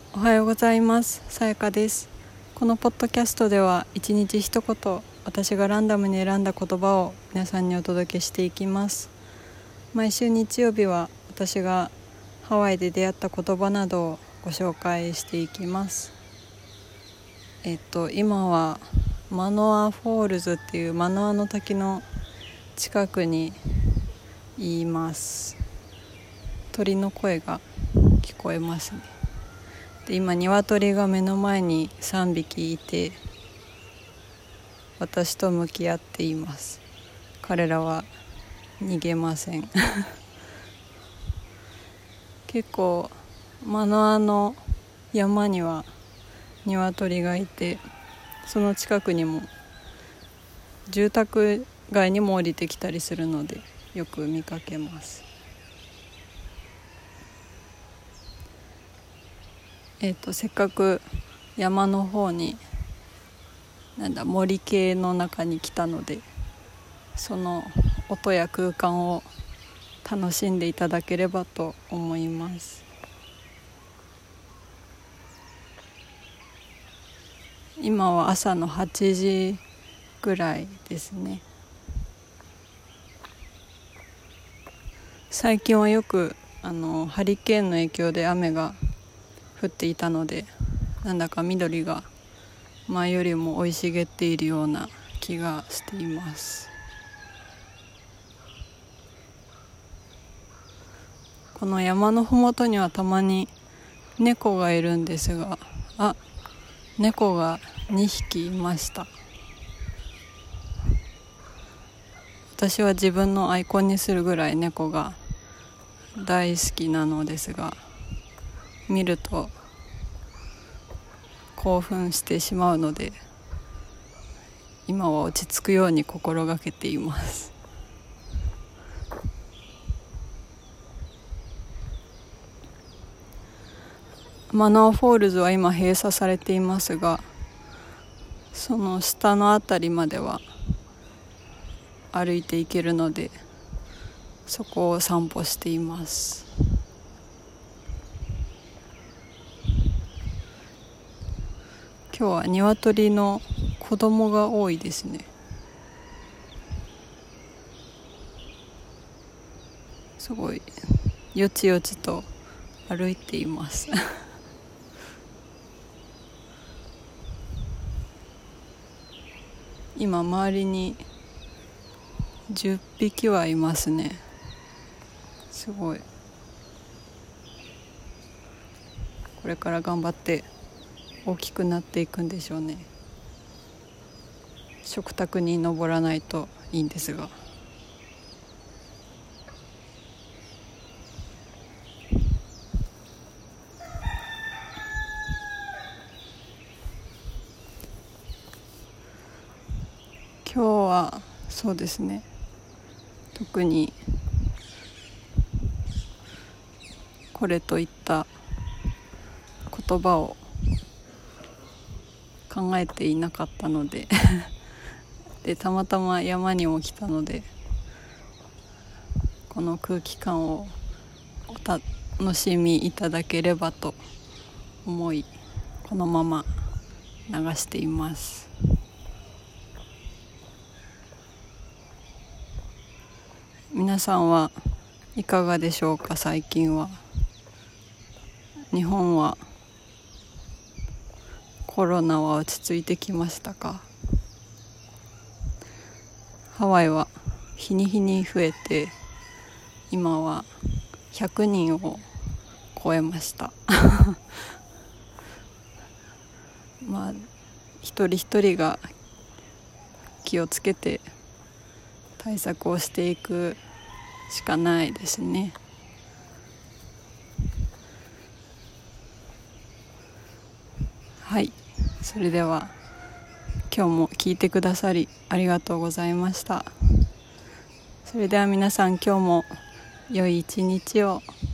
おはようございます。さやかです。このポッドキャストでは一日一言、私がランダムに選んだ言葉を皆さんにお届けしていきます。毎週日曜日は私がハワイで出会った言葉などをご紹介していきます。今はマノアフォールズっていうマノアの滝の近くにいます。鳥の声が聞こえますね。で、今鶏が目の前に3匹いて私と向き合っています。彼らは逃げません結構マノアの山には鶏がいて、その近くにも住宅街にも降りてきたりするのでよく見かけます。せっかく山の方に森系の中に来たので、その音や空間を楽しんでいただければと思います。今は朝の8時ぐらいですね。最近はよくハリケーンの影響で雨が降っていたので、なんだか緑が前よりも生い茂っているような気がしています。この山のふもとにはたまに猫がいるんですが、猫が2匹いました。私は自分のアイコンにするぐらい猫が大好きなのですが、見ると興奮してしまうので、今は落ち着くように心がけています。マノアフォールズは今閉鎖されていますが、その下のあたりまでは歩いていけるので、そこを散歩しています。今日は鶏の子供が多いですね。すごいよちよちと歩いています今周りに10匹はいますね。すごい。これから頑張って大きくなっていくんでしょうね。食卓に登らないといいんですが。今日はそうですね、特にこれといった言葉を考えていなかったのでで、たまたま山にも来たので、この空気感をお楽しみいただければと思い、このまま流しています。皆さんはいかがでしょうか。最近は日本はコロナは落ち着いてきましたか。ハワイは日に日に増えて、今は100人を超えましたまあ一人一人が気をつけて対策をしていくしかないですね。はい、それでは今日も聞いてくださりありがとうございました。それでは皆さん、今日も良い一日を。